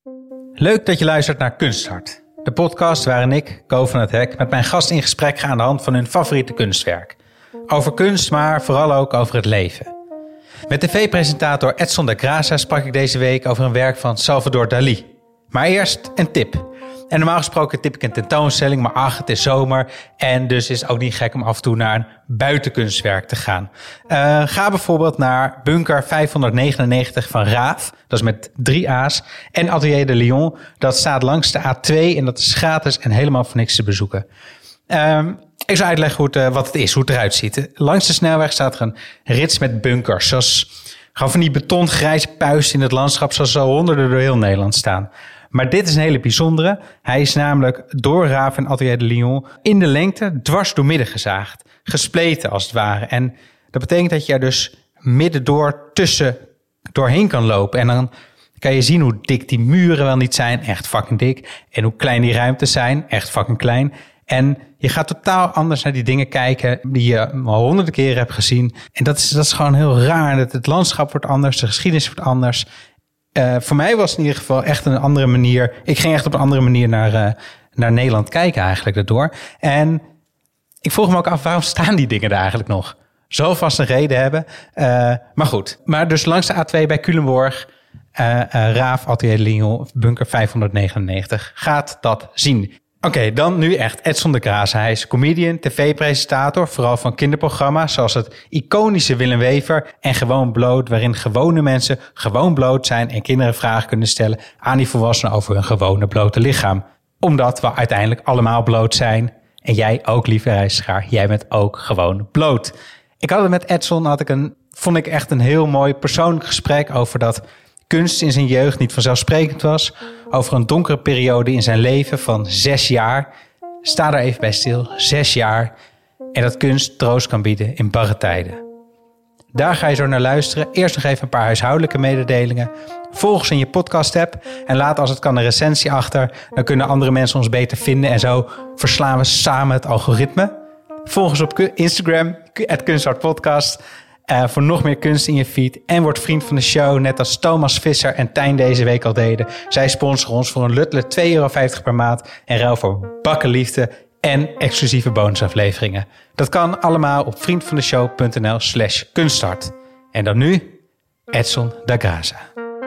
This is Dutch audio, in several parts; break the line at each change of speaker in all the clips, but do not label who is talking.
Leuk dat je luistert naar Kunsthart. De podcast waarin ik, Ko van het Hek, met mijn gast in gesprek ga aan de hand van hun favoriete kunstwerk. Over kunst, maar vooral ook over het leven. Met tv-presentator Edson da Graça sprak ik deze week over een werk van Salvador Dalí. Maar eerst een tip. En normaal gesproken tip ik een tentoonstelling, maar ach, het is zomer. En dus is het ook niet gek om af en toe naar een buitenkunstwerk te gaan. Ga bijvoorbeeld naar Bunker 599 van Raaf. Dat is met 3 A's. En Atelier de Lyon. Dat staat langs de A2 en dat is gratis en helemaal voor niks te bezoeken. Ik zal uitleggen wat het is, hoe het eruit ziet. Langs de snelweg staat er een rits met bunkers. Zoals gewoon van die betongrijze puisten in het landschap, zoals al honderden door heel Nederland staan. Maar dit is een hele bijzondere. Hij is namelijk door Raaf en Atelier de Lyon in de lengte dwars door midden gezaagd. Gespleten als het ware. En dat betekent dat je er dus midden doorheen kan lopen. En dan kan je zien hoe dik die muren wel niet zijn. Echt fucking dik. En hoe klein die ruimtes zijn. Echt fucking klein. En je gaat totaal anders naar die dingen kijken die je al honderden keren hebt gezien. En dat is gewoon heel raar. Het landschap wordt anders. De geschiedenis wordt anders. Voor mij was het in ieder geval echt een andere manier. Ik ging echt op een andere manier naar Nederland kijken eigenlijk daardoor. En ik vroeg me ook af, waarom staan die dingen er eigenlijk nog? Zal vast een reden hebben. Maar goed. Maar dus langs de A2 bij Culemborg, Raaf, Atelier de Lyon, Bunker 599. Gaat dat zien. Oké, dan nu echt Edson da Graça. Hij is comedian, tv-presentator, vooral van kinderprogramma's zoals het iconische Willem Wever en Gewoon Bloot, waarin gewone mensen gewoon bloot zijn en kinderen vragen kunnen stellen aan die volwassenen over hun gewone blote lichaam. Omdat we uiteindelijk allemaal bloot zijn. En jij ook, lieve reiziger, jij bent ook gewoon bloot. Ik had het met Edson, vond ik echt een heel mooi persoonlijk gesprek over dat kunst in zijn jeugd niet vanzelfsprekend was. Over een donkere periode in zijn leven van 6 jaar. Sta daar even bij stil, 6 jaar. En dat kunst troost kan bieden in barre tijden. Daar ga je zo naar luisteren. Eerst nog even een paar huishoudelijke mededelingen. Volg ons in je podcast-app. En laat als het kan een recensie achter. Dan kunnen andere mensen ons beter vinden. En zo verslaan we samen het algoritme. Volg ons op Instagram, @kunsthartpodcast. Voor nog meer kunst in je feed. En word vriend van de show, net als Thomas Visser en Tijn deze week al deden. Zij sponsoren ons voor een luttele €2,50 per maand. En ruil voor bakkenliefde en exclusieve bonusafleveringen. Dat kan allemaal op vriendvandeshow.nl/kunsthart. En dan nu, Edson da Graça.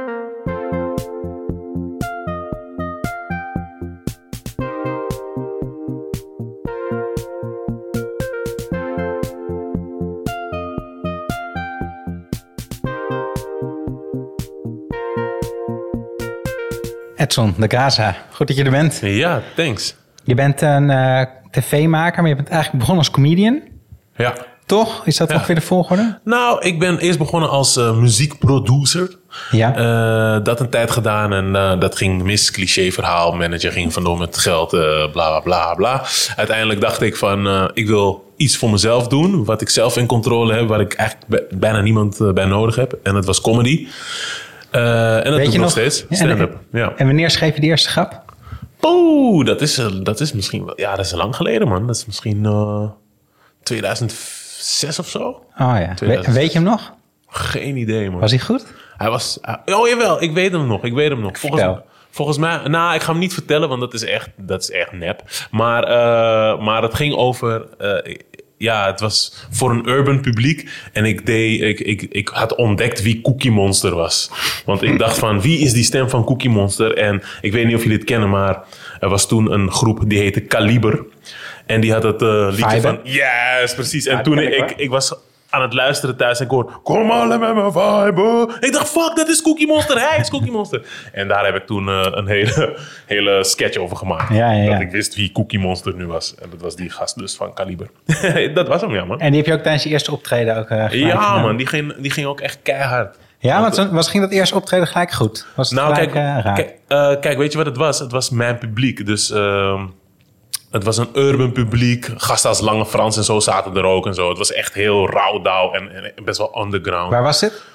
Edson da Graça, goed dat je er bent.
Ja, thanks.
Je bent een tv-maker, maar je bent eigenlijk begonnen als comedian.
Ja.
Toch? Is dat ongeveer de volgorde?
Nou, ik ben eerst begonnen als muziekproducer.
Ja.
Dat een tijd gedaan en dat ging mis, cliché verhaal. Manager ging vandoor met geld, bla bla bla bla. Uiteindelijk dacht ik van, ik wil iets voor mezelf doen. Wat ik zelf in controle heb, waar ik eigenlijk bijna niemand bij nodig heb. En dat was comedy. En dat doe ik nog steeds. Stand-up. Ja.
En wanneer schreef je de eerste grap?
Oeh, dat is misschien wel... Ja, dat is lang geleden, man. Dat is misschien 2006 of zo.
Oh ja. Weet je hem nog?
Geen idee, man.
Was hij goed?
Hij was... oh, jawel. Ik weet hem nog. Volgens mij... Nou, ik ga hem niet vertellen, want dat is echt nep. Maar het ging over... ja, het was voor een urban publiek. En ik had ontdekt wie Cookie Monster was. Want ik dacht van, wie is die stem van Cookie Monster? En ik weet niet of jullie het kennen, maar er was toen een groep die heette Kaliber. En die had het liedje van... Yes, precies. En toen ik was aan het luisteren thuis en ik hoor... Kom alle met me vibe. Ik dacht, fuck, dat is Cookie Monster. Hij is Cookie Monster. En daar heb ik toen een hele sketch over gemaakt. Ja. Dat ik wist wie Cookie Monster nu was. En dat was die gast dus van Kaliber. Dat was hem, ja, man.
En die heb je ook tijdens je eerste optreden ook gelijk
Ja,
gedaan.
man. Die ging ook echt keihard.
Ja, want ging dat eerste optreden gelijk goed? Was het
nou,
gelijk,
kijk, weet je wat het was? Het was mijn publiek. Dus... het was een urban publiek. Gasten als Lange Frans en zo zaten er ook en zo. Het was echt heel rauw en best wel underground.
Waar was dit?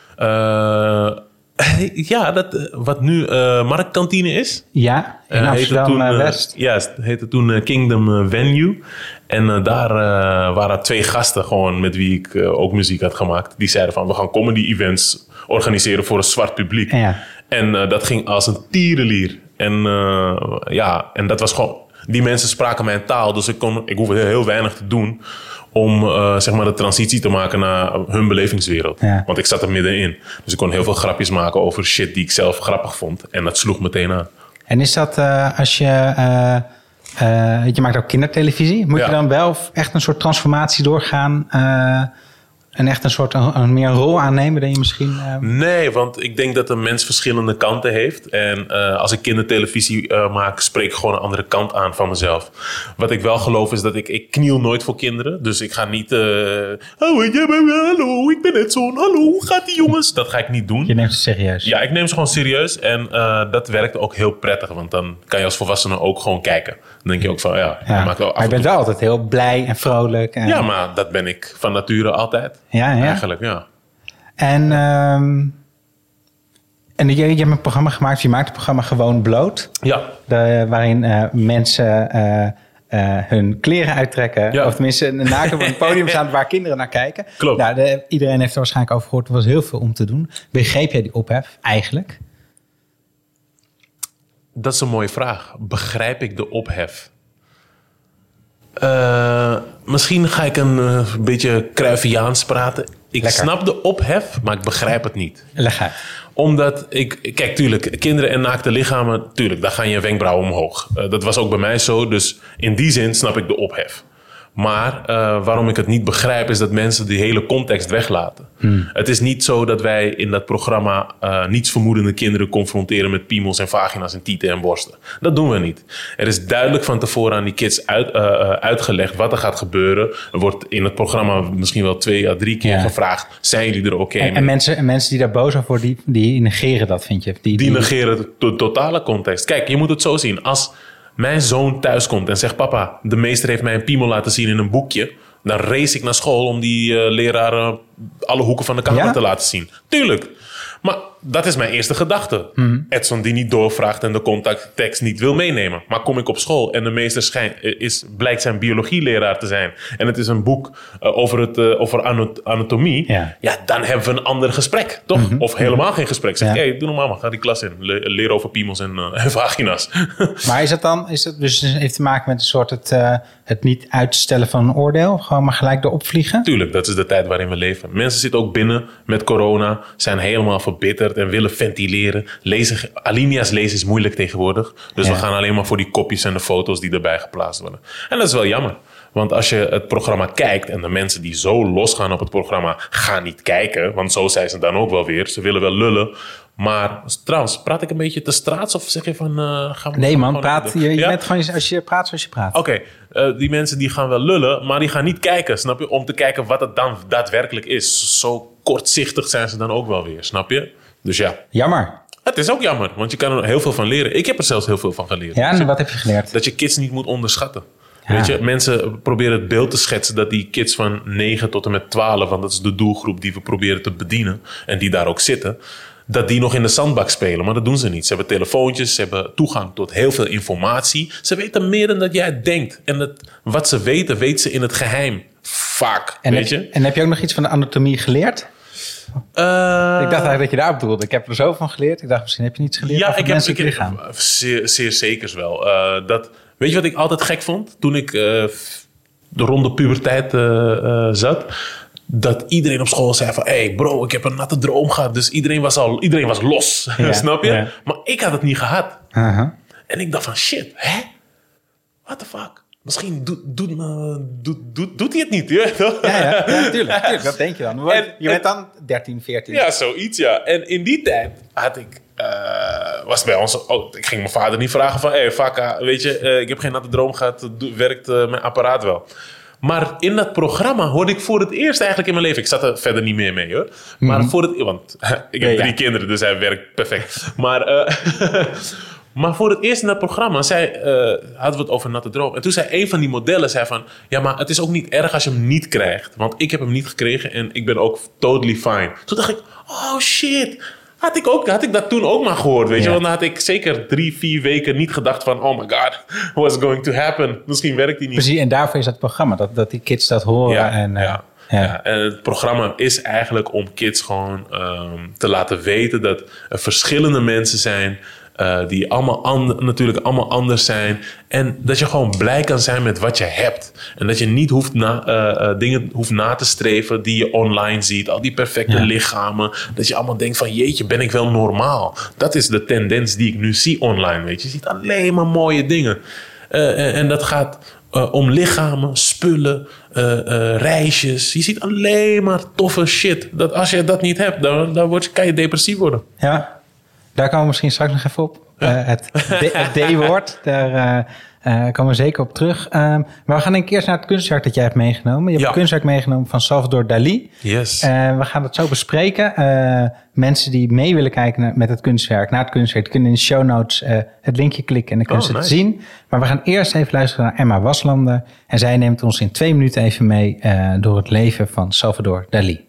Ja, wat nu Marktkantine is.
Ja, in Amsterdam-West.
Ja, het heette toen Kingdom Venue. En daar waren 2 gasten gewoon met wie ik ook muziek had gemaakt. Die zeiden van, we gaan comedy events organiseren voor een zwart publiek.
Ja.
En dat ging als een tierenlier. En dat was gewoon... Die mensen spraken mijn taal, dus ik hoefde heel weinig te doen om zeg maar de transitie te maken naar hun belevingswereld. Ja. Want ik zat er middenin. Dus ik kon heel veel grapjes maken over shit die ik zelf grappig vond. En dat sloeg meteen aan.
En is dat als je... je maakt ook kindertelevisie. Moet je dan wel echt een soort transformatie doorgaan... En echt een soort meer een rol aannemen dan je misschien...
Nee, want ik denk dat een mens verschillende kanten heeft. En als ik kindertelevisie maak, spreek ik gewoon een andere kant aan van mezelf. Wat ik wel geloof is dat ik kniel nooit voor kinderen. Dus ik ga niet... hallo, ik ben Edson. Hallo, hoe gaat die jongens? Dat ga ik niet doen.
Je neemt ze serieus.
Ja, ik neem ze gewoon serieus. En dat werkt ook heel prettig. Want dan kan je als volwassene ook gewoon kijken. Dan denk je ook van, maakt wel af.
Maar je bent wel altijd heel blij en vrolijk. En...
Ja, maar dat ben ik van nature altijd.
Ja.
Eigenlijk, ja.
En je hebt een programma gemaakt. Je maakt het programma Gewoon Bloot.
Ja.
Waarin mensen hun kleren uittrekken. Ja. Of tenminste naakt op een podium staan waar kinderen naar kijken.
Klopt.
Nou, iedereen heeft er waarschijnlijk over gehoord. Er was heel veel om te doen. Begreep jij die ophef eigenlijk?
Dat is een mooie vraag. Begrijp ik de ophef? Misschien ga ik een beetje Cruyffiaans praten. Ik snap de ophef, maar ik begrijp het niet.
Leg uit.
Omdat kijk, tuurlijk, kinderen en naakte lichamen, tuurlijk, daar gaan je wenkbrauwen omhoog. Dat was ook bij mij zo, dus in die zin snap ik de ophef. Maar waarom ik het niet begrijp is dat mensen die hele context weglaten. Het is niet zo dat wij in dat programma nietsvermoedende kinderen confronteren met piemels en vagina's en tieten en borsten. Dat doen we niet. Er is duidelijk van tevoren aan die kids uitgelegd wat er gaat gebeuren. Er wordt in het programma misschien wel 2 à 3 keer gevraagd, zijn jullie er oké mee?
En mensen die daar boos over worden, die negeren dat, vind je?
Die negeren de totale context. Kijk, je moet het zo zien. Als mijn zoon thuiskomt en zegt, papa, de meester heeft mij een piemel laten zien in een boekje, dan race ik naar school om die leraar alle hoeken van de kamer te laten zien. Tuurlijk. Maar dat is mijn eerste gedachte. Edson die niet doorvraagt en de contacttekst niet wil meenemen. Maar kom ik op school en de meester blijkt zijn biologieleraar te zijn. En het is een boek over anatomie. Ja, dan hebben we een ander gesprek, toch? Of helemaal geen gesprek. Zeg, doe normaal maar, ga die klas in. Leer over piemels en vagina's.
Maar is het dus heeft te maken met een soort het niet uitstellen van een oordeel? Gewoon maar gelijk erop vliegen?
Tuurlijk, dat is de tijd waarin we leven. Mensen zitten ook binnen met corona, zijn helemaal verbitterd en willen ventileren. Alinea's lezen is moeilijk tegenwoordig. Dus we gaan alleen maar voor die kopjes en de foto's die erbij geplaatst worden. En dat is wel jammer. Want als je het programma kijkt en de mensen die zo losgaan op het programma gaan niet kijken. Want zo zijn ze dan ook wel weer. Ze willen wel lullen. Maar trouwens, praat ik een beetje te straats of zeg je van...
nee man, praat. Je bent gewoon als je praat zoals je praat.
Oké, die mensen die gaan wel lullen, maar die gaan niet kijken, snap je? Om te kijken wat het dan daadwerkelijk is. Zo kortzichtig zijn ze dan ook wel weer, snap je? Dus ja.
Jammer.
Het is ook jammer, want je kan er heel veel van leren. Ik heb er zelfs heel veel van geleerd.
Ja, en wat heb je geleerd? Dat
je kids niet moet onderschatten. Ja. Weet je, mensen proberen het beeld te schetsen dat die kids van 9 tot en met 12... want dat is de doelgroep die we proberen te bedienen en die daar ook zitten... dat die nog in de zandbak spelen, maar dat doen ze niet. Ze hebben telefoontjes, ze hebben toegang tot heel veel informatie. Ze weten meer dan dat jij denkt. En wat ze weten ze in het geheim. Vaak, weet je.
En heb je ook nog iets van de anatomie geleerd? Ik dacht eigenlijk dat je daarop doelde. Ik heb er zo van geleerd. Ik dacht, misschien heb je niets geleerd over het menselijk lichaam.
Zeer zekers wel. Weet je wat ik altijd gek vond? Toen ik rond de puberteit zat... dat iedereen op school zei van... hey bro, ik heb een natte droom gehad. Dus iedereen was los. Ja, snap je? Ja. Maar ik had het niet gehad. En ik dacht van shit, hè? What the fuck? Misschien doet hij het niet.
Ja, tuurlijk. Dat denk je dan. Je bent dan 13, 14.
Ja, zoiets, ja. En in die tijd had ik... was bij ons... ik ging mijn vader niet vragen van... hey, Vakka, weet je... ik heb geen natte droom gehad. Werkt mijn apparaat wel? Maar in dat programma hoorde ik voor het eerst eigenlijk in mijn leven... Ik zat er verder niet meer mee, hoor. Maar want ik heb 3 kinderen, dus hij werkt perfect. Maar voor het eerst in dat programma hadden we het over natte droom. En toen zei een van die modellen van... ja, maar het is ook niet erg als je hem niet krijgt. Want ik heb hem niet gekregen en ik ben ook totally fine. Toen dacht ik, oh shit... Had ik dat toen ook maar gehoord, weet je? Want dan had ik zeker 3-4 weken niet gedacht van... oh my god, what's going to happen? Misschien werkt die niet.
Precies, en daarvoor is dat programma, dat die kids dat horen.
Ja.
Ja.
En het programma is eigenlijk om kids gewoon te laten weten dat er verschillende mensen zijn die natuurlijk allemaal anders zijn. En dat je gewoon blij kan zijn met wat je hebt. En dat je niet dingen hoeft na te streven die je online ziet. Al die perfecte lichamen. Dat je allemaal denkt van jeetje, ben ik wel normaal? Dat is de tendens die ik nu zie online. Weet je ziet alleen maar mooie dingen. En dat gaat om lichamen, spullen, reisjes. Je ziet alleen maar toffe shit. Dat als je dat niet hebt, dan kan je depressief worden.
Ja. Daar komen we misschien straks nog even op. Het D-woord, daar komen we zeker op terug. Maar we gaan eerst naar het kunstwerk dat jij hebt meegenomen. Je hebt een kunstwerk meegenomen van Salvador Dalí.
Yes.
We gaan het zo bespreken. Mensen die mee willen kijken naar het kunstwerk, die kunnen in de show notes het linkje klikken en dan kunnen ze het zien. Maar we gaan eerst even luisteren naar Emma Waslander. En zij neemt ons in 2 minuten even mee door het leven van Salvador Dalí.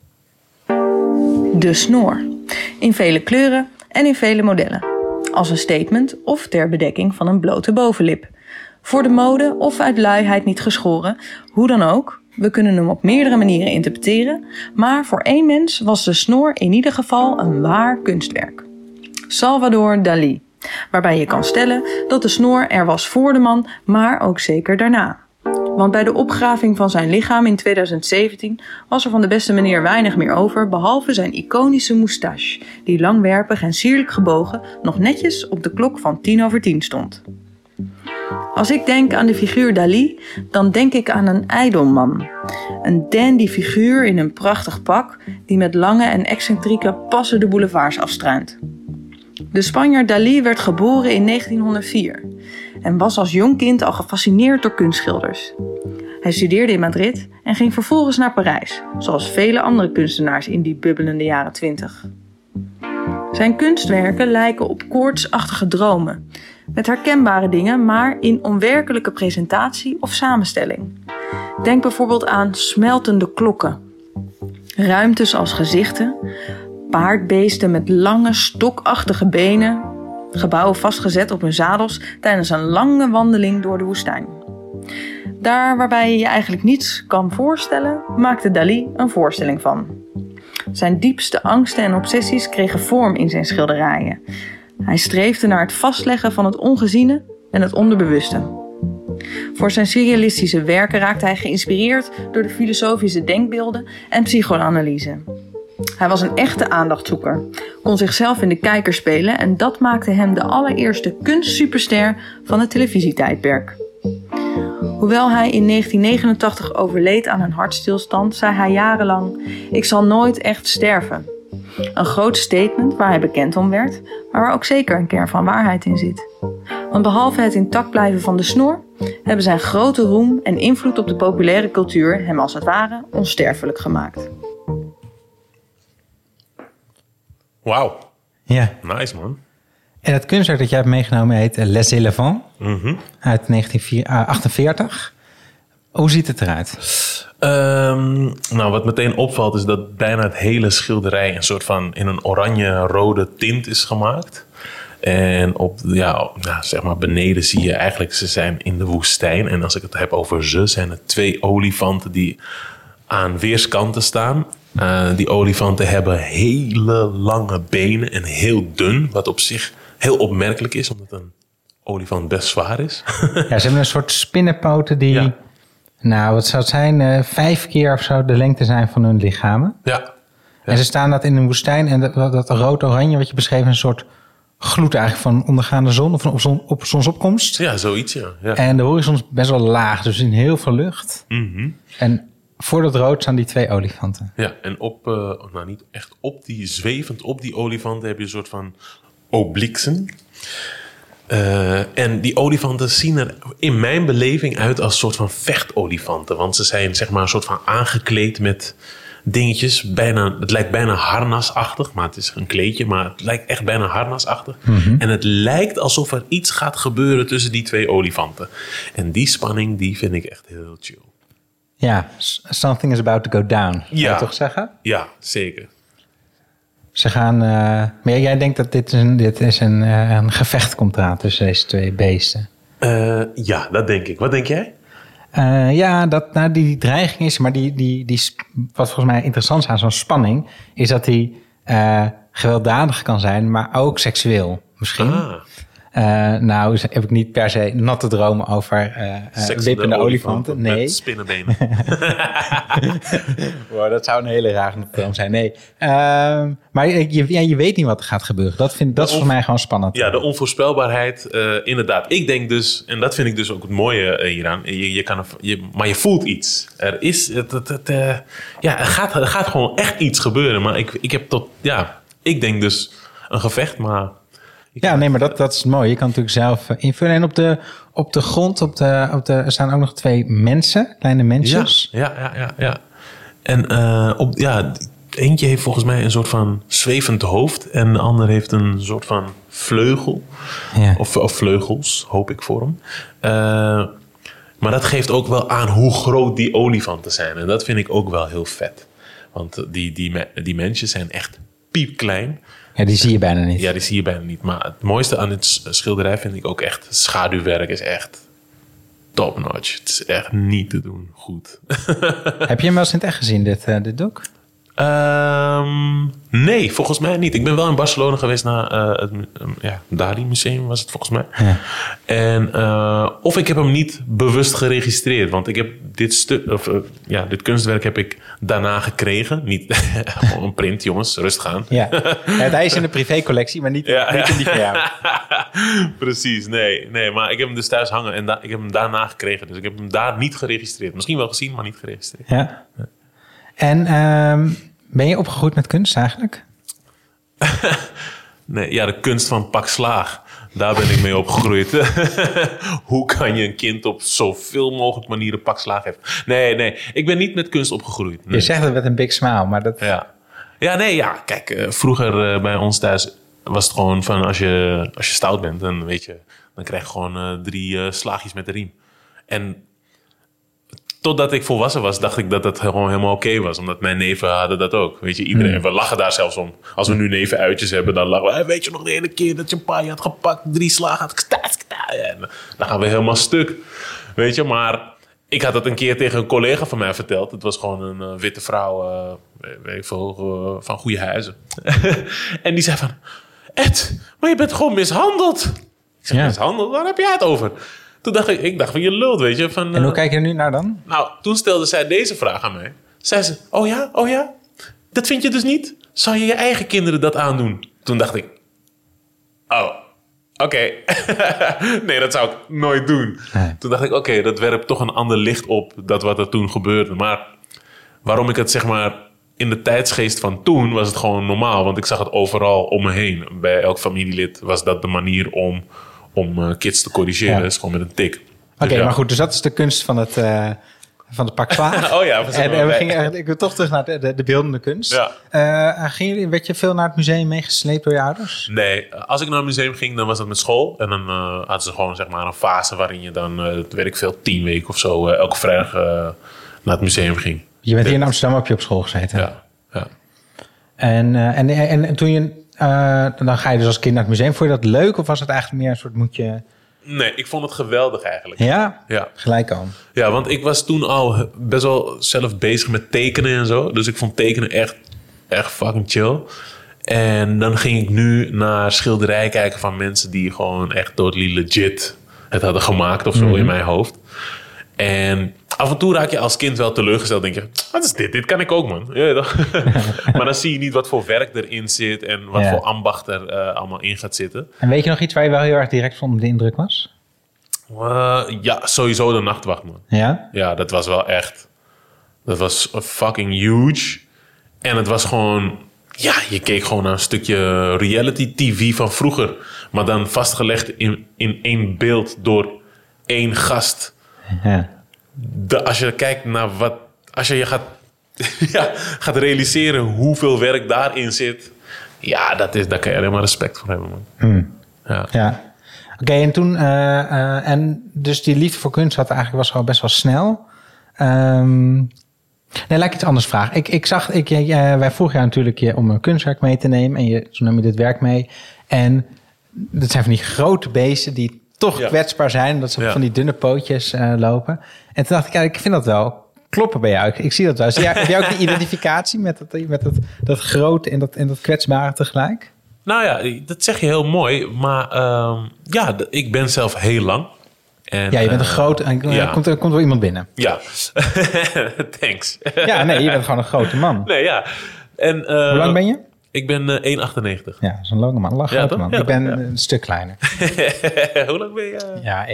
De snor. In vele kleuren en in vele modellen. Als een statement of ter bedekking van een blote bovenlip. Voor de mode of uit luiheid niet geschoren, hoe dan ook. We kunnen hem op meerdere manieren interpreteren, maar voor één mens was de snor in ieder geval een waar kunstwerk. Salvador Dalí, waarbij je kan stellen dat de snor er was voor de man, maar ook zeker daarna. Want bij de opgraving van zijn lichaam in 2017 was er van de beste meneer weinig meer over, behalve zijn iconische moustache, die langwerpig en sierlijk gebogen nog netjes op de klok van 10:10 stond. Als ik denk aan de figuur Dalí, dan denk ik aan een ijdelman. Een dandy figuur in een prachtig pak, die met lange en excentrieke passen de boulevards afstruint. De Spanjaard Dalí werd geboren in 1904 en was als jong kind al gefascineerd door kunstschilders. Hij studeerde in Madrid en ging vervolgens naar Parijs, zoals vele andere kunstenaars in die bubbelende jaren 20. Zijn kunstwerken lijken op koortsachtige dromen, met herkenbare dingen, maar in onwerkelijke presentatie of samenstelling. Denk bijvoorbeeld aan smeltende klokken, ruimtes als gezichten, paardbeesten met lange, stokachtige benen, gebouwen vastgezet op hun zadels tijdens een lange wandeling door de woestijn. Daar waarbij je je eigenlijk niets kan voorstellen, maakte Dalí een voorstelling van. Zijn diepste angsten en obsessies kregen vorm in zijn schilderijen. Hij streefde naar het vastleggen van het ongeziene en het onderbewuste. Voor zijn surrealistische werken raakte hij geïnspireerd door de filosofische denkbeelden en psychoanalyse. Hij was een echte aandachtzoeker, kon zichzelf in de kijker spelen en dat maakte hem de allereerste kunstsuperster van het televisietijdperk. Hoewel hij in 1989 overleed aan een hartstilstand, zei hij jarenlang: "Ik zal nooit echt sterven." Een groot statement waar hij bekend om werd, maar waar ook zeker een kern van waarheid in zit. Want behalve het intact blijven van de snor, hebben zijn grote roem en invloed op de populaire cultuur hem als het ware onsterfelijk gemaakt.
Wauw.
Ja.
Nice, man.
En het kunstwerk dat jij hebt meegenomen heet Les Élevants uit 1948. Hoe ziet het eruit?
Nou, wat meteen opvalt is dat bijna het hele schilderij een soort van in een oranje-rode tint is gemaakt. En zeg maar beneden zie je eigenlijk, ze zijn in de woestijn. En als ik het heb over ze, zijn het 2 olifanten die aan weerskanten staan. Die olifanten hebben hele lange benen en heel dun, wat op zich heel opmerkelijk is, omdat een olifant best zwaar is.
Ja, ze hebben een soort spinnenpoten die, wat zou het zijn, 5 keer of zo de lengte zijn van hun lichamen.
Ja.
En ze staan dat in een woestijn en dat rood-oranje wat je beschreef, een soort gloed eigenlijk van ondergaande zon of op zonsopkomst.
Ja, zoiets, ja.
En de horizon is best wel laag, dus in heel veel lucht.
Mm-hmm.
En voor dat rood staan die 2 olifanten.
Ja, en niet echt zwevend op die olifanten heb je een soort van oblieksen. En die olifanten zien er in mijn beleving uit als een soort van vechtolifanten. Want ze zijn zeg maar een soort van aangekleed met dingetjes. Het lijkt bijna harnasachtig, maar het is een kleedje. Maar het lijkt echt bijna harnasachtig. Mm-hmm. En het lijkt alsof er iets gaat gebeuren tussen die 2 olifanten. En die spanning, die vind ik echt heel chill.
Ja, something is about to go down. Zou je toch zeggen?
Ja, zeker.
Ze gaan... maar jij denkt dat dit is een gevecht komt eraan tussen deze 2 beesten?
Ja, dat denk ik. Wat denk jij?
Die dreiging is, maar wat volgens mij interessant is aan zo'n spanning, is dat die gewelddadig kan zijn, maar ook seksueel misschien. Heb ik niet per se natte dromen over wippende olifanten. Nee.
Met spinnenbenen.
Wow, dat zou een hele rare droom zijn. Nee. Maar je weet niet wat er gaat gebeuren. Dat is voor mij gewoon spannend. Ja,
de onvoorspelbaarheid. Inderdaad. Ik denk dus, en dat vind ik dus ook het mooie hieraan. Maar je voelt iets. Er gaat gewoon echt iets gebeuren. Maar ik denk dus een gevecht, maar...
maar dat is mooi. Je kan natuurlijk zelf invullen. En op de grond, er staan ook nog 2 mensen, kleine mensjes.
Ja. En eentje heeft volgens mij een soort van zwevend hoofd. En de ander heeft een soort van vleugel. Ja. Of vleugels, hoop ik voor hem. Maar dat geeft ook wel aan hoe groot die olifanten zijn. En dat vind ik ook wel heel vet. Want die mensjes zijn echt piepklein.
Ja, die zie je bijna niet.
Ja, die zie je bijna niet. Maar het mooiste aan dit schilderij vind ik ook echt... Schaduwwerk is echt top-notch. Het is echt niet te doen goed.
Heb je hem wel eens in het echt gezien, dit doek?
Nee, volgens mij niet. Ik ben wel in Barcelona geweest naar het Dali Museum, was het volgens mij. Ja. En of ik heb hem niet bewust geregistreerd. Want ik heb dit kunstwerk heb ik daarna gekregen. Niet gewoon een print, jongens. Rustig aan.
Ja. Hij is in de privécollectie, maar niet in die van jou.
Precies, nee. Maar ik heb hem dus thuis hangen en ik heb hem daarna gekregen. Dus ik heb hem daar niet geregistreerd. Misschien wel gezien, maar niet geregistreerd.
Ja. En ben je opgegroeid met kunst eigenlijk?
Nee, de kunst van pak slaag. Daar ben ik mee opgegroeid. Hoe kan je een kind op zoveel mogelijk manieren pak slaag geven? Nee. Ik ben niet met kunst opgegroeid. Nee.
Je zegt het met een big smile, maar dat...
Ja. Kijk, vroeger bij ons thuis was het gewoon van... Als je stout bent, dan krijg je gewoon 3 slaagjes met de riem. En... Totdat ik volwassen was, dacht ik dat dat gewoon helemaal oké was. Omdat mijn neven hadden dat ook. Weet je, iedereen. We lachen daar zelfs om. Als we nu nevenuitjes hebben, dan lachen we. Hey, weet je nog de ene keer dat je een paai had gepakt, 3 slagen had. Dan gaan we helemaal stuk. Weet je, maar ik had dat een keer tegen een collega van mij verteld. Het was gewoon een witte vrouw, weet ik veel, van goede huizen. En die zei van... Ed, maar je bent gewoon mishandeld. Ik zei, mishandeld? Waar heb jij het over? Toen dacht ik van je lult, weet je.
En hoe kijk je er nu naar dan?
Nou, toen stelde zij deze vraag aan mij. Zei ze, oh ja? Dat vind je dus niet? Zou je eigen kinderen dat aandoen? Toen dacht ik, oké. Nee, dat zou ik nooit doen. Nee. Toen dacht ik, oké, dat werpt toch een ander licht op dat wat er toen gebeurde. Maar waarom ik het zeg maar... In de tijdsgeest van toen was het gewoon normaal. Want ik zag het overal om me heen. Bij elk familielid was dat de manier om kids te corrigeren. Dat is gewoon met een tik.
Oké, maar goed. Dus dat is de kunst van de pak slaag.
Oh ja.
Ik wil toch terug naar de beeldende kunst. Ja. Werd je veel naar het museum meegesleept door je ouders?
Nee. Als ik naar het museum ging, dan was dat met school. En dan hadden ze gewoon zeg maar een fase waarin je dan, weet ik veel, 10 weken of zo... elke vrijdag naar het museum ging.
Je bent hier in Amsterdam, heb je op school gezeten?
Ja.
En toen je... dan ga je dus als kind naar het museum. Vond je dat leuk of was het eigenlijk meer een soort moedje?
Nee, ik vond het geweldig eigenlijk.
Ja? Gelijk al.
Ja, want ik was toen al best wel zelf bezig met tekenen en zo. Dus ik vond tekenen echt fucking chill. En dan ging ik nu naar schilderij kijken van mensen die gewoon echt totally legit het hadden gemaakt of zo in mijn hoofd. En af en toe raak je als kind wel teleurgesteld. Denk je, wat is dit? Dit kan ik ook, man. Ja, maar dan zie je niet wat voor werk erin zit... en wat voor ambacht er allemaal in gaat zitten.
En weet je nog iets waar je wel heel erg direct van onder de indruk was?
Ja, sowieso de Nachtwacht, man.
Ja?
Ja, dat was wel echt... Dat was fucking huge. En het was gewoon... Ja, je keek gewoon naar een stukje reality TV van vroeger. Maar dan vastgelegd in één beeld door één gast...
Ja.
Als je kijkt naar wat... Als je gaat realiseren hoeveel werk daarin zit... Ja, daar kan je alleen maar respect voor hebben, man.
Ja. Oké, en toen... en dus die liefde voor kunst was gewoon best wel snel. Nee, laat ik iets anders vragen. Wij vroegen jou natuurlijk om een kunstwerk mee te nemen. En toen nam je dit werk mee. En dat zijn van die grote beesten die toch kwetsbaar zijn. Dat ze op van die dunne pootjes lopen. En toen dacht ik, ik vind dat wel kloppen bij jou. Ik zie dat wel. Heb jij ook die identificatie met dat grote en dat kwetsbare tegelijk?
Nou ja, dat zeg je heel mooi. Maar ik ben zelf heel lang. En,
je bent een groot... Er komt wel iemand binnen.
Ja, thanks.
Ja, nee, je bent gewoon een grote man.
Nee, ja. En,
hoe lang ben je?
Ik ben 1,98.
Ja, dat is een lange man. Een grote man.
Ja,
ik ben een stuk kleiner.
Hoe lang ben je?
Ja,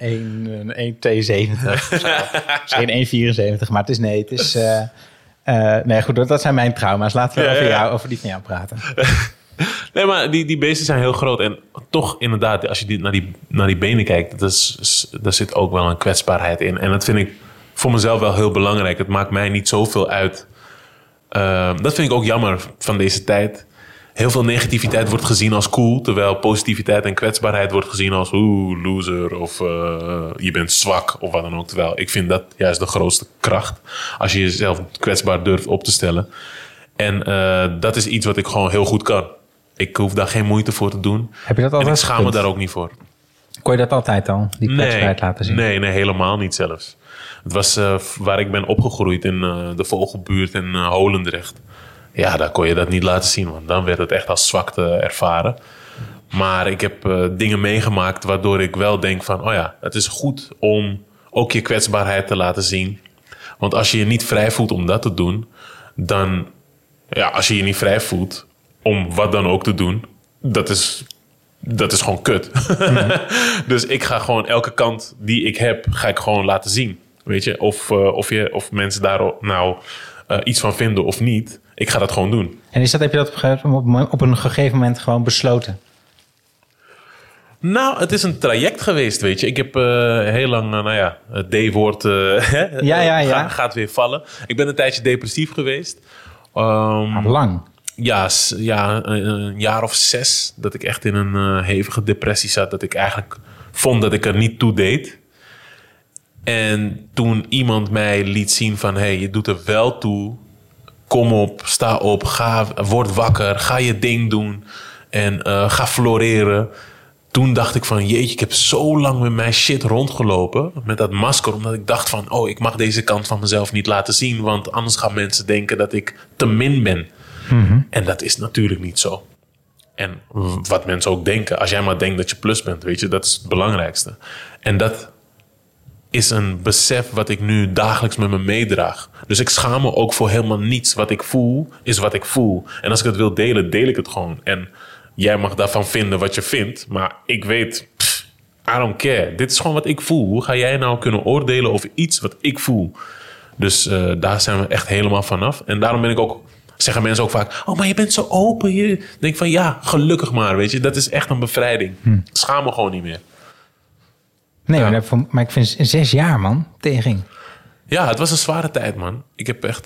1,72. Misschien 1,74. Maar het is... nee, goed, dat zijn mijn trauma's. Laten we over die van jou praten.
Nee, maar die beesten zijn heel groot. En toch inderdaad, als je naar die benen kijkt... daar zit ook wel een kwetsbaarheid in. En dat vind ik voor mezelf wel heel belangrijk. Het maakt mij niet zoveel uit. Dat vind ik ook jammer van deze tijd. Heel veel negativiteit wordt gezien als cool... terwijl positiviteit en kwetsbaarheid wordt gezien als... loser of je bent zwak of wat dan ook. Terwijl ik vind dat juist de grootste kracht... als je jezelf kwetsbaar durft op te stellen. En dat is iets wat ik gewoon heel goed kan. Ik hoef daar geen moeite voor te doen.
Heb je dat altijd?
En ik schaam me daar ook niet voor.
Kon je dat altijd al, die kwetsbaarheid laten zien?
Nee, helemaal niet zelfs. Het was waar ik ben opgegroeid in de Vogelbuurt in Holendrecht. Ja, daar kon je dat niet laten zien, want dan werd het echt als zwakte ervaren. Maar ik heb dingen meegemaakt waardoor ik wel denk van... het is goed om ook je kwetsbaarheid te laten zien. Want als je je niet vrij voelt om dat te doen... dan, als je je niet vrij voelt om wat dan ook te doen... dat is gewoon kut. Mm-hmm. Dus ik ga gewoon elke kant die ik heb, ga ik gewoon laten zien. Weet je, of mensen daar nou iets van vinden of niet. Ik ga dat gewoon doen.
En heb je dat op een gegeven moment gewoon besloten?
Nou, het is een traject geweest, weet je. Ik heb heel lang, het D-woord gaat weer vallen. Ik ben een tijdje depressief geweest.
Lang?
Ja, een jaar of 6 dat ik echt in een hevige depressie zat. Dat ik eigenlijk vond dat ik er niet toe deed. En toen iemand mij liet zien van... hey, je doet er wel toe. Kom op, sta op, word wakker. Ga je ding doen. En ga floreren. Toen dacht ik van... jeetje, ik heb zo lang met mijn shit rondgelopen. Met dat masker. Omdat ik dacht van... ik mag deze kant van mezelf niet laten zien. Want anders gaan mensen denken dat ik te min ben. Mm-hmm. En dat is natuurlijk niet zo. En wat mensen ook denken. Als jij maar denkt dat je plus bent, weet je, dat is het belangrijkste. En dat is een besef wat ik nu dagelijks met me meedraag. Dus ik schaam me ook voor helemaal niets. Wat ik voel, is wat ik voel. En als ik het wil delen, deel ik het gewoon. En jij mag daarvan vinden wat je vindt. Maar ik weet, I don't care. Dit is gewoon wat ik voel. Hoe ga jij nou kunnen oordelen over iets wat ik voel? Dus daar zijn we echt helemaal vanaf. En daarom ben ik ook... zeggen mensen ook vaak... maar je bent zo open. Je denkt van gelukkig maar, weet je. Dat is echt een bevrijding. Ik schaam me gewoon niet meer.
Nee, maar ik vind 6 jaar, man. Tering.
Ja, het was een zware tijd, man. Ik heb echt...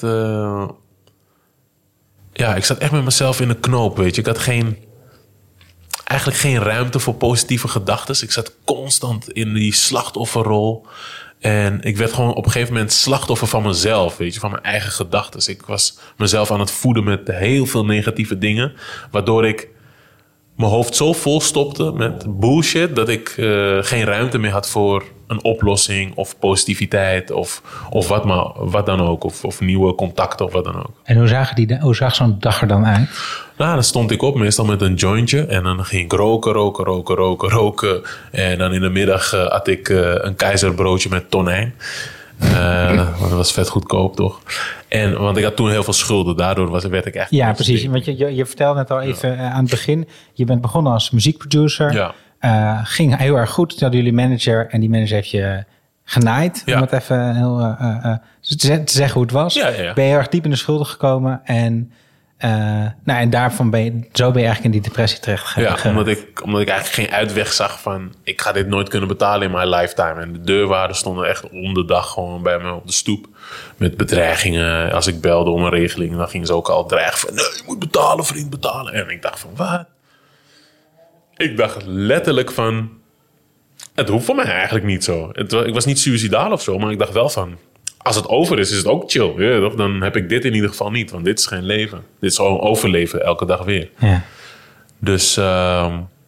ik zat echt met mezelf in een knoop, weet je. Ik had eigenlijk geen ruimte voor positieve gedachten. Ik zat constant in die slachtofferrol. En ik werd gewoon op een gegeven moment slachtoffer van mezelf, weet je, van mijn eigen gedachten. Ik was mezelf aan het voeden met heel veel negatieve dingen, waardoor ik mijn hoofd zo vol stopte met bullshit dat ik geen ruimte meer had voor een oplossing of positiviteit of wat dan ook. Of nieuwe contacten of wat dan ook.
En hoe zag zo'n dag er dan uit?
Nou, dan stond ik op meestal met een jointje en dan ging ik roken. En dan in de middag at ik een keizerbroodje met tonijn. Want dat was vet goedkoop, toch? Want ik had toen heel veel schulden. Daardoor werd ik echt...
Ja, precies. Want je vertelde net al even aan het begin. Je bent begonnen als muziekproducer.
Ja.
Ging heel erg goed. Toen hadden jullie manager. En die manager heeft je genaaid.
Ja.
Om het even heel te zeggen hoe het was.
Ja.
Ben je heel erg diep in de schulden gekomen. En daarvan ben je eigenlijk in die depressie terecht gegaan.
Ja, omdat ik eigenlijk geen uitweg zag van... ik ga dit nooit kunnen betalen in mijn lifetime. En de deurwaarders stonden echt om de dag gewoon bij me op de stoep. Met bedreigingen. Als ik belde om een regeling, dan gingen ze ook al dreigen van... nee, je moet betalen, vriend, betalen. En ik dacht van, wat? Ik dacht letterlijk van... het hoeft voor mij eigenlijk niet zo. Ik was niet suïcidaal of zo, maar ik dacht wel van... als het over is het ook chill. Ja, toch? Dan heb ik dit in ieder geval niet. Want dit is geen leven. Dit is gewoon overleven elke dag weer.
Ja.
Dus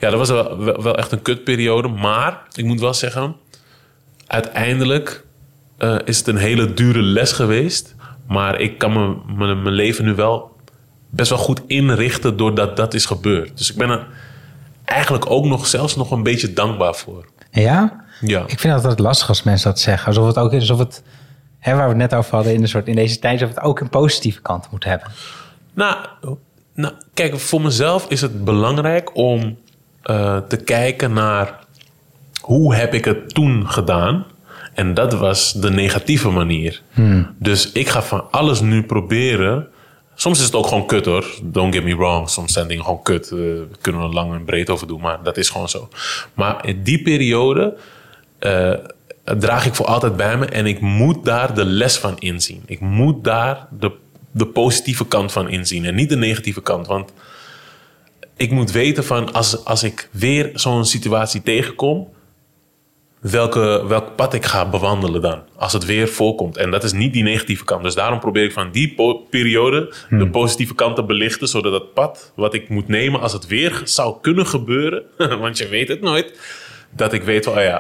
dat was wel echt een kutperiode. Maar ik moet wel zeggen, uiteindelijk is het een hele dure les geweest. Maar ik kan mijn leven nu wel best wel goed inrichten doordat dat is gebeurd. Dus ik ben er eigenlijk ook zelfs nog een beetje dankbaar voor.
Ja?
Ja.
Ik vind altijd lastig als mensen dat zeggen. Alsof het waar we het net over hadden in deze tijd, alsof het ook een positieve kant moet hebben.
Nou, kijk, voor mezelf is het belangrijk om te kijken naar hoe heb ik het toen gedaan. En dat was de negatieve manier. Dus ik ga van alles nu proberen. Soms is het ook gewoon kut hoor. Don't get me wrong. Soms zijn dingen gewoon kut. Kunnen we er lang en breed over doen. Maar dat is gewoon zo. Maar in die periode draag ik voor altijd bij me. En ik moet daar de les van inzien. Ik moet daar de positieve kant van inzien. En niet de negatieve kant. Want ik moet weten van als ik weer zo'n situatie tegenkom, welk pad ik ga bewandelen dan. Als het weer voorkomt. En dat is niet die negatieve kant. Dus daarom probeer ik van die periode de positieve kant te belichten. Zodat dat pad wat ik moet nemen als het weer zou kunnen gebeuren. Want je weet het nooit. Dat ik weet van,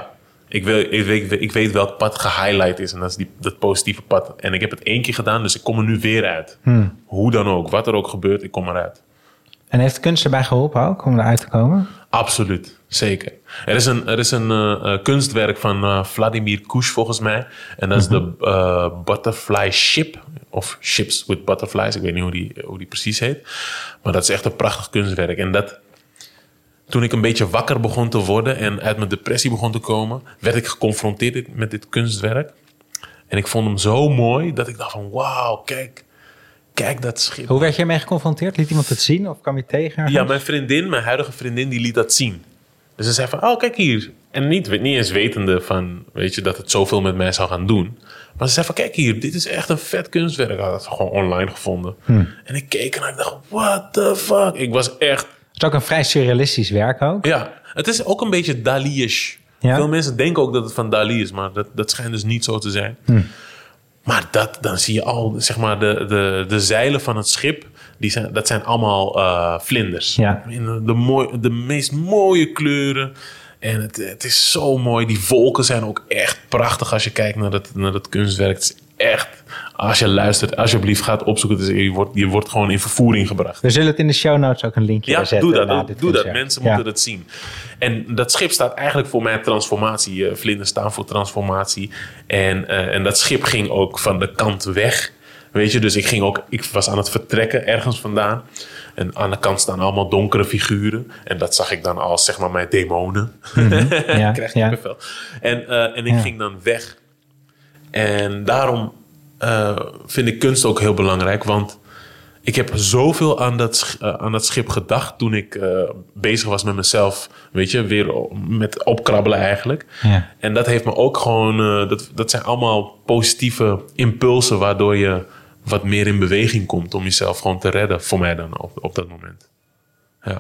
ik weet welk pad gehighlight is. En dat is dat positieve pad. En ik heb het 1 keer gedaan, dus ik kom er nu weer uit. Hoe dan ook. Wat er ook gebeurt, ik kom eruit.
En heeft kunst erbij geholpen ook om eruit te komen?
Absoluut, zeker. Er is een kunstwerk van Vladimir Kush volgens mij. En dat is de Butterfly Ship. Of Ships with Butterflies. Ik weet niet hoe die precies heet. Maar dat is echt een prachtig kunstwerk. En toen ik een beetje wakker begon te worden en uit mijn depressie begon te komen, werd ik geconfronteerd met dit kunstwerk. En ik vond hem zo mooi dat ik dacht van wauw, kijk dat schip.
Hoe werd je ermee geconfronteerd? Liet iemand het zien of kwam je tegen?
Ja, mijn huidige vriendin, die liet dat zien. Dus ze zei van, kijk hier. En niet eens wetende van, weet je, dat het zoveel met mij zou gaan doen. Maar ze zei van, kijk hier, dit is echt een vet kunstwerk. Ik had het gewoon online gevonden. En ik keek en ik dacht, what the fuck? Ik was echt...
Het is ook een vrij surrealistisch werk ook.
Ja, het is ook een beetje Dali-ish. Ja? Veel mensen denken ook dat het van Dali is, maar dat schijnt dus niet zo te zijn. Maar dan zie je al, zeg maar, de zeilen van het schip, dat zijn allemaal vlinders. Ja. In de meest mooie kleuren. En het is zo mooi. Die wolken zijn ook echt prachtig als je kijkt naar dat kunstwerk. Het is echt, als je luistert, alsjeblieft gaat opzoeken. Je wordt gewoon in vervoering gebracht.
We zullen het in de show notes ook een linkje zetten.
Doe dat. Mensen moeten het zien. En dat schip staat eigenlijk voor mijn transformatie. Vlinders staan voor transformatie. En dat schip ging ook van de kant weg. Weet je, dus ik was aan het vertrekken ergens vandaan. En aan de kant staan allemaal donkere figuren. En dat zag ik dan als, zeg maar, mijn demonen. Ja, ik krijg kippenvel. En ik ging dan weg. En daarom vind ik kunst ook heel belangrijk. Want ik heb zoveel aan dat schip gedacht toen ik bezig was met mezelf. Weet je, weer met opkrabbelen eigenlijk. Ja. En dat heeft me ook gewoon... dat zijn allemaal positieve impulsen waardoor je wat meer in beweging komt om jezelf gewoon te redden. Voor mij dan op dat moment. Ja.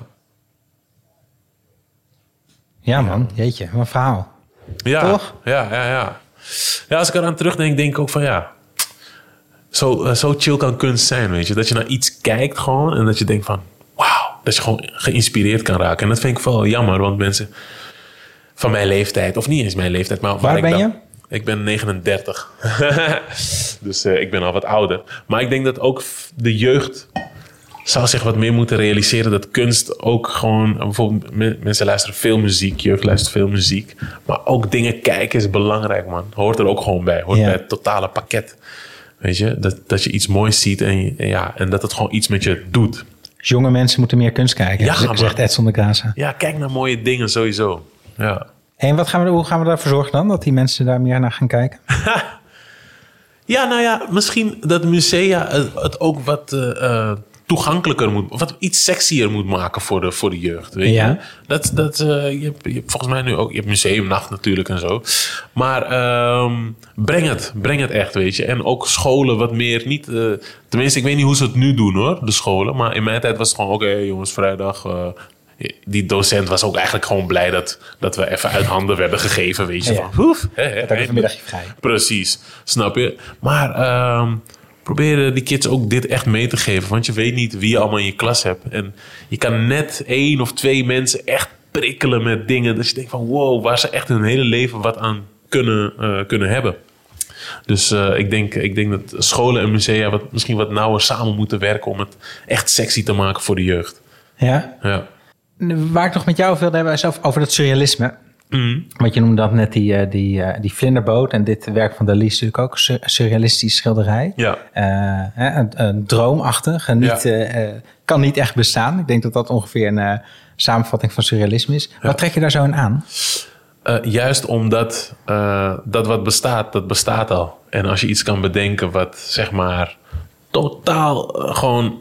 Ja man, jeetje, wat een verhaal.
Ja,
toch?
Ja, als ik eraan terugdenk, denk ik ook van ja... Zo chill kan kunst zijn, weet je. Dat je naar iets kijkt gewoon en dat je denkt van... Wauw, dat je gewoon geïnspireerd kan raken. En dat vind ik wel jammer, want mensen van mijn leeftijd... Of niet eens mijn leeftijd, maar...
Waar ben je?
Ik ben 39. Dus ik ben al wat ouder. Maar ik denk dat ook de jeugd zou zich wat meer moeten realiseren... dat kunst ook gewoon... Bijvoorbeeld mensen luisteren veel muziek. Jeugd luistert veel muziek. Maar ook dingen kijken is belangrijk, man. Hoort er ook gewoon bij. Hoort bij het totale pakket. Weet je, dat je iets moois ziet en dat het gewoon iets met je doet.
Dus jonge mensen moeten meer kunst kijken, zegt Edson de Graza.
Ja, kijk naar mooie dingen sowieso. Ja.
En hoe gaan we ervoor zorgen dan? Dat die mensen daar meer naar gaan kijken?
Ja, nou ja, misschien dat musea het ook wat toegankelijker moet... Wat iets sexier moet maken voor de jeugd. Weet je? Je hebt volgens mij nu ook... Je hebt museumnacht natuurlijk en zo. Maar breng het echt, weet je. En ook scholen wat meer niet... tenminste, ik weet niet hoe ze het nu doen hoor, de scholen. Maar in mijn tijd was het gewoon... Oké, jongens, vrijdag... die docent was ook eigenlijk gewoon blij dat we even uit handen werden gegeven. Weet je, van hoef.
Vanmiddagje vrij.
Precies, snap je? Maar probeer die kids ook dit echt mee te geven. Want je weet niet wie je allemaal in je klas hebt. En je kan net 1 of 2 mensen echt prikkelen met dingen. Dus je denkt van wow, waar ze echt hun hele leven wat aan kunnen hebben. Dus ik denk dat scholen en musea misschien wat nauwer samen moeten werken om het echt sexy te maken voor de jeugd.
Ja?
Ja.
Waar ik nog met jou wilde hebben is over dat surrealisme. Want je noemde dat net die vlinderboot. En dit werk van Dali is natuurlijk ook een surrealistisch schilderij.
Ja.
Een droomachtig. En kan niet echt bestaan. Ik denk dat dat ongeveer een samenvatting van surrealisme is. Ja. Wat trek je daar zo in aan?
Juist omdat dat wat bestaat, dat bestaat al. En als je iets kan bedenken wat zeg maar totaal gewoon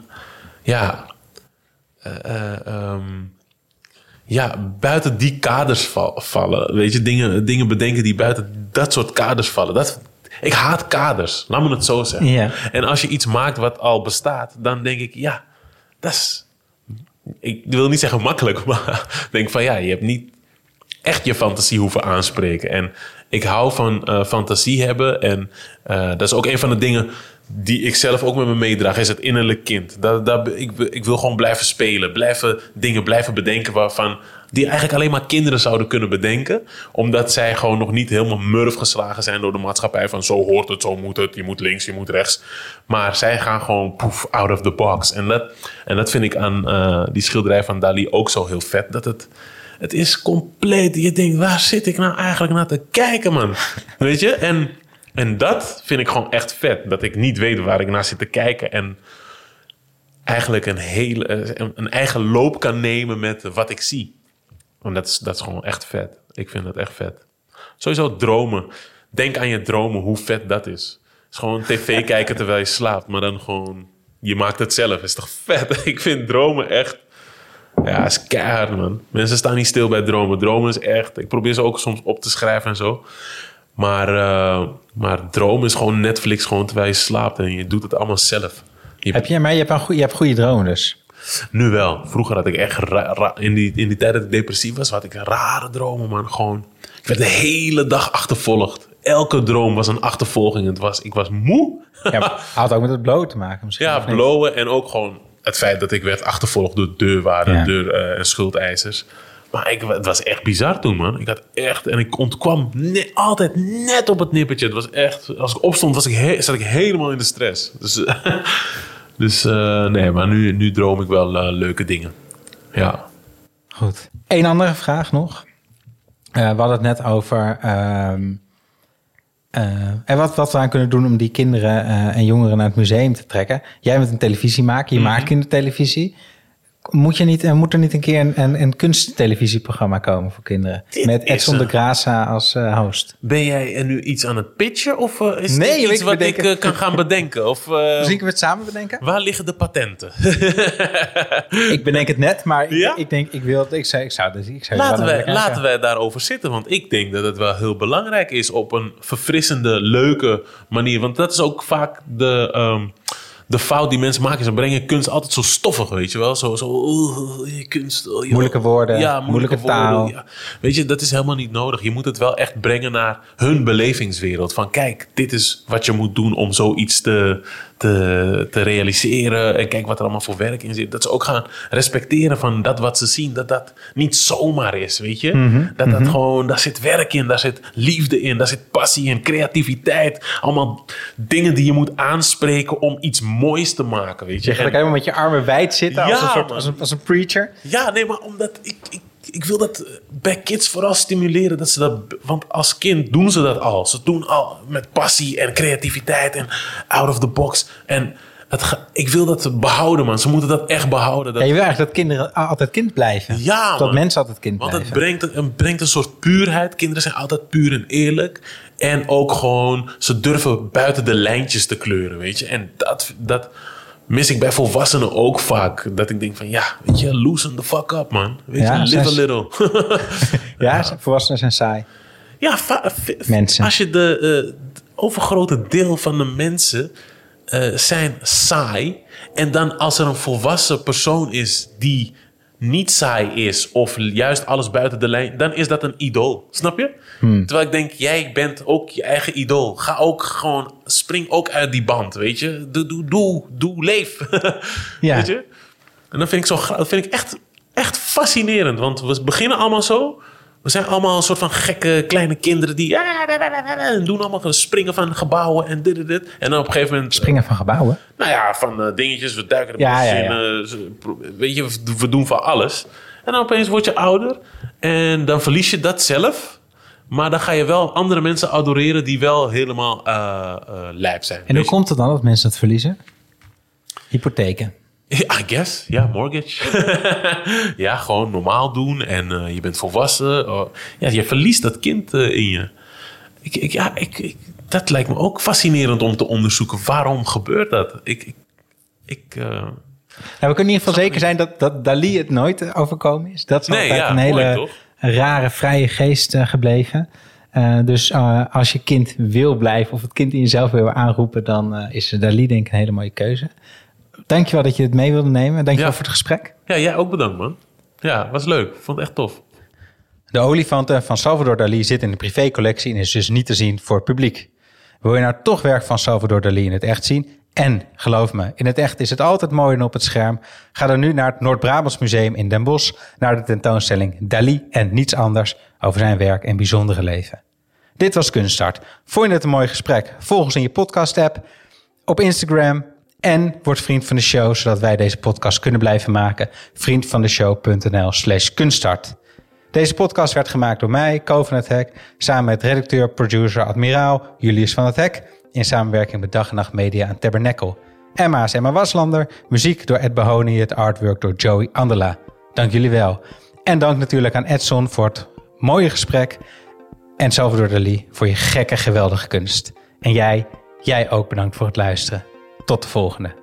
buiten die kaders vallen. Weet je, dingen bedenken die buiten dat soort kaders vallen. Ik haat kaders, laat me het zo zeggen.
Yeah.
En als je iets maakt wat al bestaat, dan denk ik, dat is... Ik wil niet zeggen makkelijk, maar denk van je hebt niet echt je fantasie hoeven aanspreken. En ik hou van fantasie hebben. En dat is ook een van de dingen die ik zelf ook met me meedraag, is het innerlijk kind. Ik wil gewoon blijven spelen, blijven bedenken waarvan die eigenlijk alleen maar kinderen zouden kunnen bedenken, omdat zij gewoon nog niet helemaal murf geslagen zijn door de maatschappij van zo hoort het, zo moet het, je moet links, je moet rechts. Maar zij gaan gewoon out of the box. En dat vind ik aan die schilderij van Dali ook zo heel vet, dat het is compleet. Je denkt, waar zit ik nou eigenlijk naar te kijken, man? Weet je? En dat vind ik gewoon echt vet. Dat ik niet weet waar ik naar zit te kijken. En eigenlijk een eigen loop kan nemen met wat ik zie. En dat is gewoon echt vet. Ik vind dat echt vet. Sowieso dromen. Denk aan je dromen, hoe vet dat is. Het is gewoon tv kijken terwijl je slaapt. Maar dan gewoon, je maakt het zelf. Is toch vet? Ik vind dromen echt... Ja, is keihard, man. Mensen staan niet stil bij dromen. Dromen is echt... Ik probeer ze ook soms op te schrijven en zo. Maar dromen is gewoon Netflix, gewoon terwijl je slaapt. En je doet het allemaal zelf.
Je hebt goede dromen dus.
Nu wel. Vroeger had ik echt... In die tijd dat ik depressief was, had ik rare dromen, man. Gewoon... Ik werd de hele dag achtervolgd. Elke droom was een achtervolging. Ik was moe.
Ja, had ook met het blowen te maken misschien.
Ja, blowen en ook gewoon... Het feit dat ik werd achtervolgd door deurwaarden en schuldeisers. Maar het was echt bizar toen, man. Ik had echt... En ik ontkwam altijd net op het nippertje. Het was echt... Als ik opstond, zat ik helemaal in de stress. Dus nee, maar nu droom ik wel leuke dingen. Ja.
Goed. Eén andere vraag nog. We hadden het net over... en wat we aan kunnen doen om die kinderen en jongeren naar het museum te trekken. Jij bent een televisiemaker, je maakt kindertelevisie. Moet er niet een keer een kunsttelevisieprogramma komen voor kinderen? Met Edson de Graça als host.
Ben jij er nu iets aan het pitchen? Of is dit iets wat ik kan gaan bedenken? Of,
misschien kunnen we het samen bedenken?
Waar liggen de patenten?
Ik bedenk het net, maar
Laten wij daarover zitten. Want ik denk dat het wel heel belangrijk is op een verfrissende, leuke manier. Want dat is ook vaak de fout die mensen maken. Ze brengen kunst altijd zo stoffig, weet je wel. Kunst.
Moeilijke woorden, moeilijke taal.
Ja. Weet je, dat is helemaal niet nodig. Je moet het wel echt brengen naar hun belevingswereld. Van kijk, dit is wat je moet doen om zoiets te realiseren. En kijk wat er allemaal voor werk in zit. Dat ze ook gaan respecteren van dat wat ze zien. Dat niet zomaar is, weet je. Dat gewoon, daar zit werk in. Daar zit liefde in. Daar zit passie in. Creativiteit. Allemaal dingen die je moet aanspreken om iets moois te maken, weet je.
Je gaat ook helemaal met je armen wijd zitten als een preacher.
Ja, nee, maar omdat ik wil dat bij kids vooral stimuleren. Dat ze dat, want als kind doen ze dat al. Ze doen al met passie en creativiteit en out of the box. En ik wil dat behouden, man. Ze moeten dat echt behouden.
Ja, je wil eigenlijk dat kinderen altijd kind blijven.
Ja,
dat mensen altijd kind blijven.
Want het brengt een soort puurheid. Kinderen zijn altijd puur en eerlijk. En ook gewoon, ze durven buiten de lijntjes te kleuren, weet je. En dat mis ik bij volwassenen ook vaak. Dat ik denk van, weet je, loosen the fuck up, man. Weet je, live a little.
Volwassenen zijn saai.
Ja, mensen. Als je de overgrote deel van de mensen zijn saai. En dan als er een volwassen persoon is die niet saai is of juist alles buiten de lijn, dan is dat een idool. Snap je? Terwijl ik denk, jij bent ook je eigen idool. Ga ook gewoon, spring ook uit die band, weet je? Doe, leef.
Ja.
Weet je? En dan vind ik echt echt fascinerend. Want we beginnen allemaal zo. We zijn allemaal een soort van gekke kleine kinderen die doen allemaal springen van gebouwen en dit. En dan op een gegeven moment...
Springen van gebouwen?
Nou ja, van dingetjes. We duiken de bos in. Weet je, we doen van alles. En dan opeens word je ouder. En dan verlies je dat zelf. Maar dan ga je wel andere mensen adoreren die wel helemaal lijp zijn.
En hoe komt het dan dat mensen dat verliezen? Hypotheken.
I guess, ja, mortgage. Ja, gewoon normaal doen en je bent volwassen. Ja, je verliest dat kind in je. Dat lijkt me ook fascinerend om te onderzoeken. Waarom gebeurt dat?
Nou, we kunnen in ieder geval zeker zijn dat Dalí het nooit overkomen is. Dat is altijd een hele rare, vrije geest gebleven. Dus als je kind wil blijven of het kind in jezelf wil aanroepen, dan is Dalí denk ik een hele mooie keuze. Dankjewel dat je het mee wilde nemen. Dankjewel voor het gesprek.
Ja, jij ook bedankt, man. Ja, was leuk. Ik vond het echt tof.
De olifanten van Salvador Dalí zitten in de privécollectie en is dus niet te zien voor het publiek. Wil je nou toch werk van Salvador Dalí in het echt zien? En geloof me, in het echt is het altijd mooier dan op het scherm. Ga dan nu naar het Noord-Brabants Museum in Den Bosch, naar de tentoonstelling Dalí en niets anders over zijn werk en bijzondere leven. Dit was Kunststart. Vond je het een mooi gesprek? Volg ons in je podcast-app, op Instagram en word vriend van de show, zodat wij deze podcast kunnen blijven maken. Vriendvandeshow.nl/kunststart. Deze podcast werd gemaakt door mij, Ko van het Hek, samen met redacteur, producer, admiraal Julius van het Hek, in samenwerking met Dag en Nacht Media en Tabernacle. Emma is Emma Waslander, muziek door Ed Bahoni, het artwork door Joey Andela. Dank jullie wel. En dank natuurlijk aan Edson voor het mooie gesprek en Salvador Dalí voor je gekke, geweldige kunst. En jij ook bedankt voor het luisteren. Tot de volgende.